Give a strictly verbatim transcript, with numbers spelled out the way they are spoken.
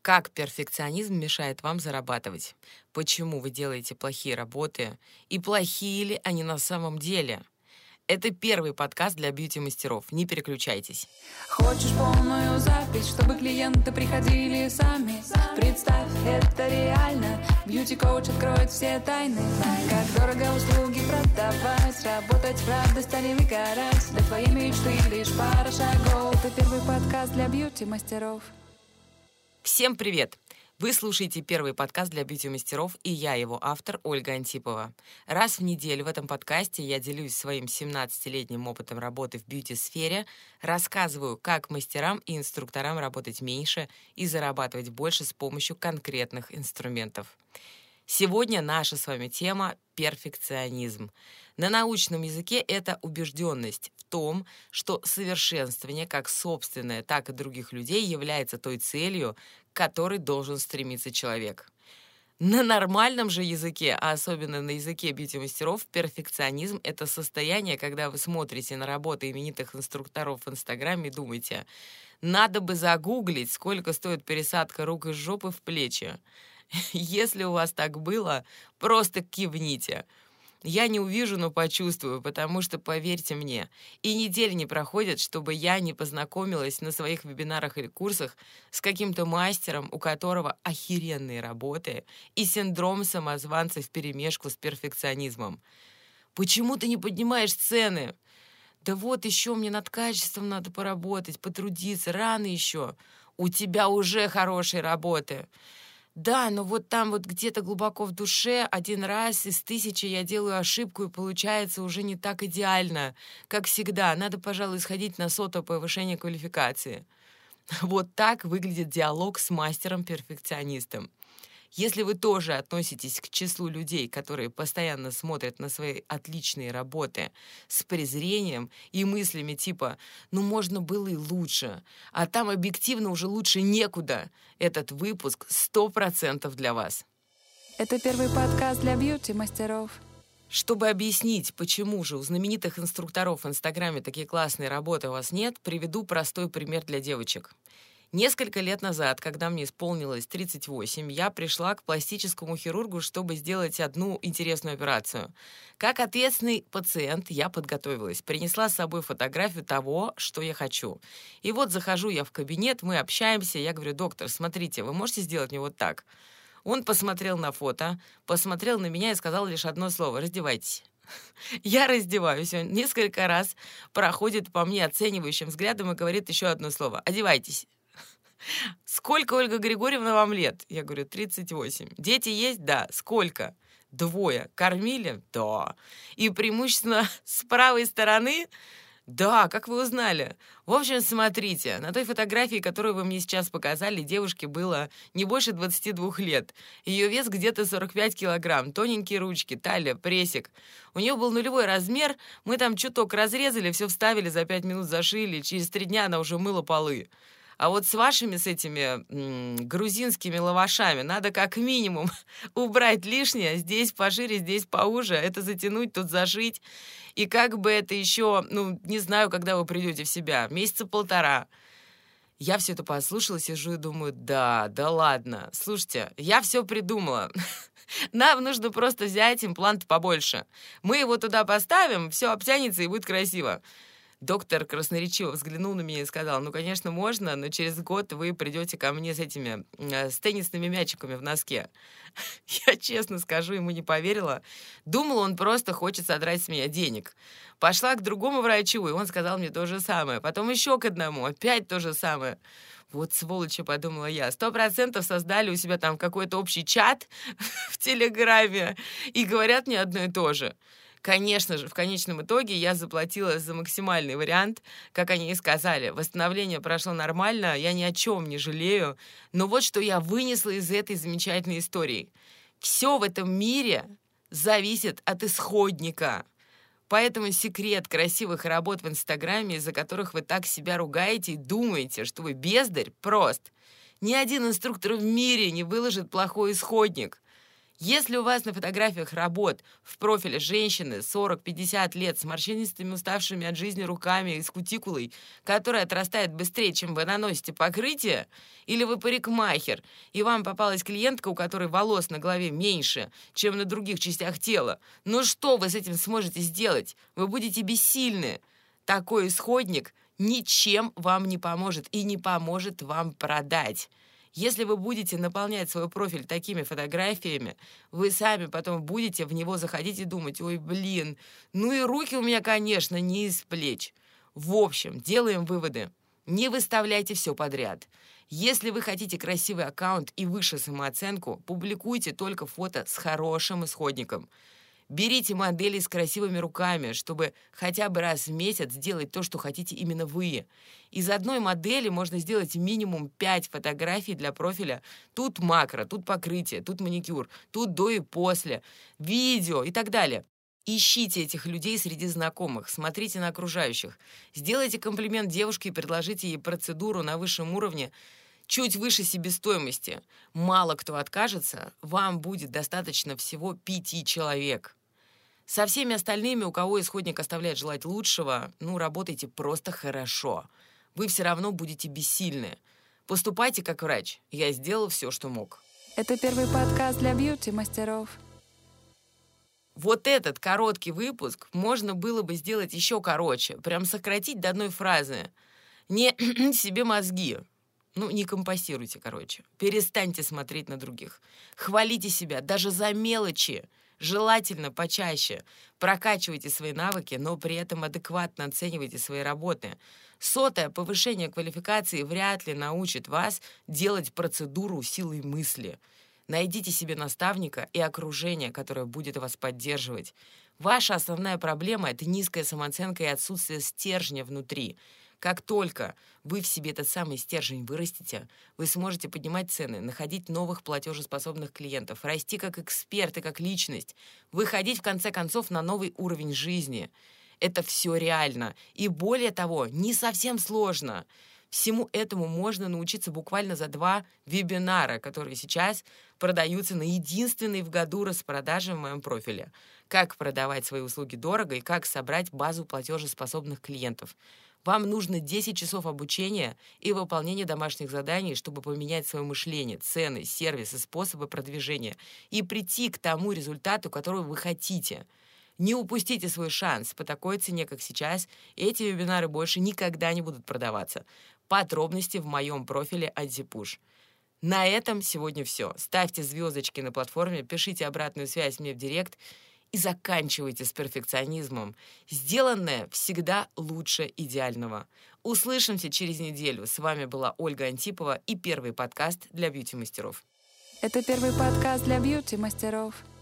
Как перфекционизм мешает вам зарабатывать? Почему вы делаете плохие работы? И плохие ли они на самом деле? Это первый подкаст для бьюти-мастеров. Не переключайтесь. Хочешь полную запись, чтобы клиенты приходили сами? Представь, это реально. Бьюти-коуч откроет все тайны. Как дорого услуги продавать, работать в радость, а не выгорать. До твоей мечты лишь пара шагов. Это первый подкаст для бьюти-мастеров. Всем привет! Вы слушаете первый подкаст для бьюти-мастеров, и я его автор Ольга Антипова. Раз в неделю в этом подкасте я делюсь своим семнадцатилетним опытом работы в бьюти-сфере, рассказываю, как мастерам и инструкторам работать меньше и зарабатывать больше с помощью конкретных инструментов. Сегодня наша с вами тема – перфекционизм. На научном языке это убежденность в том, что совершенствование как собственное, так и других людей является той целью, к которой должен стремиться человек. На нормальном же языке, а особенно на языке бьюти-мастеров, перфекционизм – это состояние, когда вы смотрите на работы именитых инструкторов в Инстаграме и думаете, надо бы загуглить, сколько стоит пересадка рук из жопы в плечи. Если у вас так было, просто кивните. Я не увижу, но почувствую, потому что, поверьте мне, и недели не проходят, чтобы я не познакомилась на своих вебинарах или курсах с каким-то мастером, у которого охеренные работы и синдром самозванца вперемешку с перфекционизмом. Почему ты не поднимаешь цены? Да вот еще мне над качеством надо поработать, потрудиться, рано еще. У тебя уже хорошие работы. Да, но вот там вот где-то глубоко в душе один раз из тысячи я делаю ошибку, и получается уже не так идеально, как всегда. Надо, пожалуй, сходить на сотое повышение квалификации. Вот так выглядит диалог с мастером-перфекционистом. Если вы тоже относитесь к числу людей, которые постоянно смотрят на свои отличные работы с презрением и мыслями типа «ну можно было и лучше», а там объективно уже лучше некуда, этот выпуск сто процентов для вас. Это первый подкаст для бьюти-мастеров. Чтобы объяснить, почему же у знаменитых инструкторов в Инстаграме такие классные работы у вас нет, приведу простой пример для девочек. Несколько лет назад, когда мне исполнилось тридцать восемь, я пришла к пластическому хирургу, чтобы сделать одну интересную операцию. Как ответственный пациент я подготовилась, принесла с собой фотографию того, что я хочу. И вот захожу я в кабинет, мы общаемся, я говорю: доктор, смотрите, вы можете сделать мне вот так? Он посмотрел на фото, посмотрел на меня и сказал лишь одно слово: раздевайтесь. Я раздеваюсь, он несколько раз проходит по мне оценивающим взглядом и говорит еще одно слово: одевайтесь. Сколько, Ольга Григорьевна, вам лет? Я говорю: тридцать восемь. Дети есть? Да. Сколько? Двое. Кормили? Да. И преимущественно с правой стороны? Да. Как вы узнали? В общем, смотрите, на той фотографии, которую вы мне сейчас показали, девушке было не больше двадцати двух лет. Ее вес где-то сорок пять килограмм, тоненькие ручки, талия, прессик. У нее был нулевой размер, мы там чуток разрезали, все вставили, за пять минут зашили, через три дня она уже мыла полы. А вот с вашими, с этими м, грузинскими лавашами надо как минимум убрать лишнее. Здесь пошире, здесь поуже. Это затянуть, тут зашить. И как бы это еще, ну, не знаю, когда вы придете в себя. Месяца полтора. Я все это послушала, сижу и думаю: да, да ладно. Слушайте, я все придумала. Нам нужно просто взять имплант побольше. Мы его туда поставим, все обтянется и будет красиво. Доктор красноречиво взглянул на меня и сказал: ну, конечно, можно, но через год вы придете ко мне с этими, с теннисными мячиками в носке. Я, честно скажу, ему не поверила. Думала, он просто хочет содрать с меня денег. Пошла к другому врачу, и он сказал мне то же самое. Потом еще к одному, опять то же самое. Вот сволочи, подумала я. Сто процентов создали у себя там какой-то общий чат в Телеграме и говорят мне одно и то же. Конечно же, в конечном итоге я заплатила за максимальный вариант, как они и сказали. Восстановление прошло нормально, я ни о чем не жалею. Но вот что я вынесла из этой замечательной истории. Все в этом мире зависит от исходника. Поэтому секрет красивых работ в Инстаграме, из-за которых вы так себя ругаете и думаете, что вы бездарь, прост. Ни один инструктор в мире не выложит плохой исходник. Если у вас на фотографиях работ в профиле женщины сорок-пятьдесят лет с морщинистыми, уставшими от жизни руками и с кутикулой, которая отрастает быстрее, чем вы наносите покрытие, или вы парикмахер, и вам попалась клиентка, у которой волос на голове меньше, чем на других частях тела, ну что вы с этим сможете сделать? Вы будете бессильны. Такой исходник ничем вам не поможет и не поможет вам продать. Если вы будете наполнять свой профиль такими фотографиями, вы сами потом будете в него заходить и думать: ой, блин, ну и руки у меня, конечно, не из плеч. В общем, делаем выводы. Не выставляйте все подряд. Если вы хотите красивый аккаунт и выше самооценку, публикуйте только фото с хорошим исходником. Берите модели с красивыми руками, чтобы хотя бы раз в месяц сделать то, что хотите именно вы. Из одной модели можно сделать минимум пять фотографий для профиля. Тут макро, тут покрытие, тут маникюр, тут до и после, видео и так далее. Ищите этих людей среди знакомых, смотрите на окружающих. Сделайте комплимент девушке и предложите ей процедуру на высшем уровне, чуть выше себестоимости. Мало кто откажется, вам будет достаточно всего пяти человек. Со всеми остальными, у кого исходник оставляет желать лучшего, ну, работайте просто хорошо. Вы все равно будете бессильны. Поступайте как врач. Я сделал все, что мог. Это первый подкаст для бьюти-мастеров. Вот этот короткий выпуск можно было бы сделать еще короче. Прям сократить до одной фразы. Не себе мозги. Ну, не компостируйте, короче. Перестаньте смотреть на других. Хвалите себя даже за мелочи. Желательно почаще. Прокачивайте свои навыки, но при этом адекватно оценивайте свои работы. Сотое повышение квалификации вряд ли научит вас делать процедуру силой мысли. Найдите себе наставника и окружение, которое будет вас поддерживать. Ваша основная проблема — это низкая самооценка и отсутствие стержня внутри. Как только вы в себе этот самый стержень вырастите, вы сможете поднимать цены, находить новых платежеспособных клиентов, расти как эксперт и как личность, выходить в конце концов на новый уровень жизни. Это все реально. И более того, не совсем сложно. Всему этому можно научиться буквально за два вебинара, которые сейчас продаются на единственной в году распродаже в моем профиле. Как продавать свои услуги дорого и как собрать базу платежеспособных клиентов. Вам нужно десять часов обучения и выполнения домашних заданий, чтобы поменять свое мышление, цены, сервисы, способы продвижения и прийти к тому результату, который вы хотите. Не упустите свой шанс. По такой цене, как сейчас, эти вебинары больше никогда не будут продаваться. Подробности в моем профиле Антипуш. На этом сегодня все. Ставьте звездочки на платформе, пишите обратную связь мне в директ и заканчивайте с перфекционизмом. Сделанное всегда лучше идеального. Услышимся через неделю. С вами была Ольга Антипова и первый подкаст для бьюти-мастеров. Это первый подкаст для бьюти-мастеров.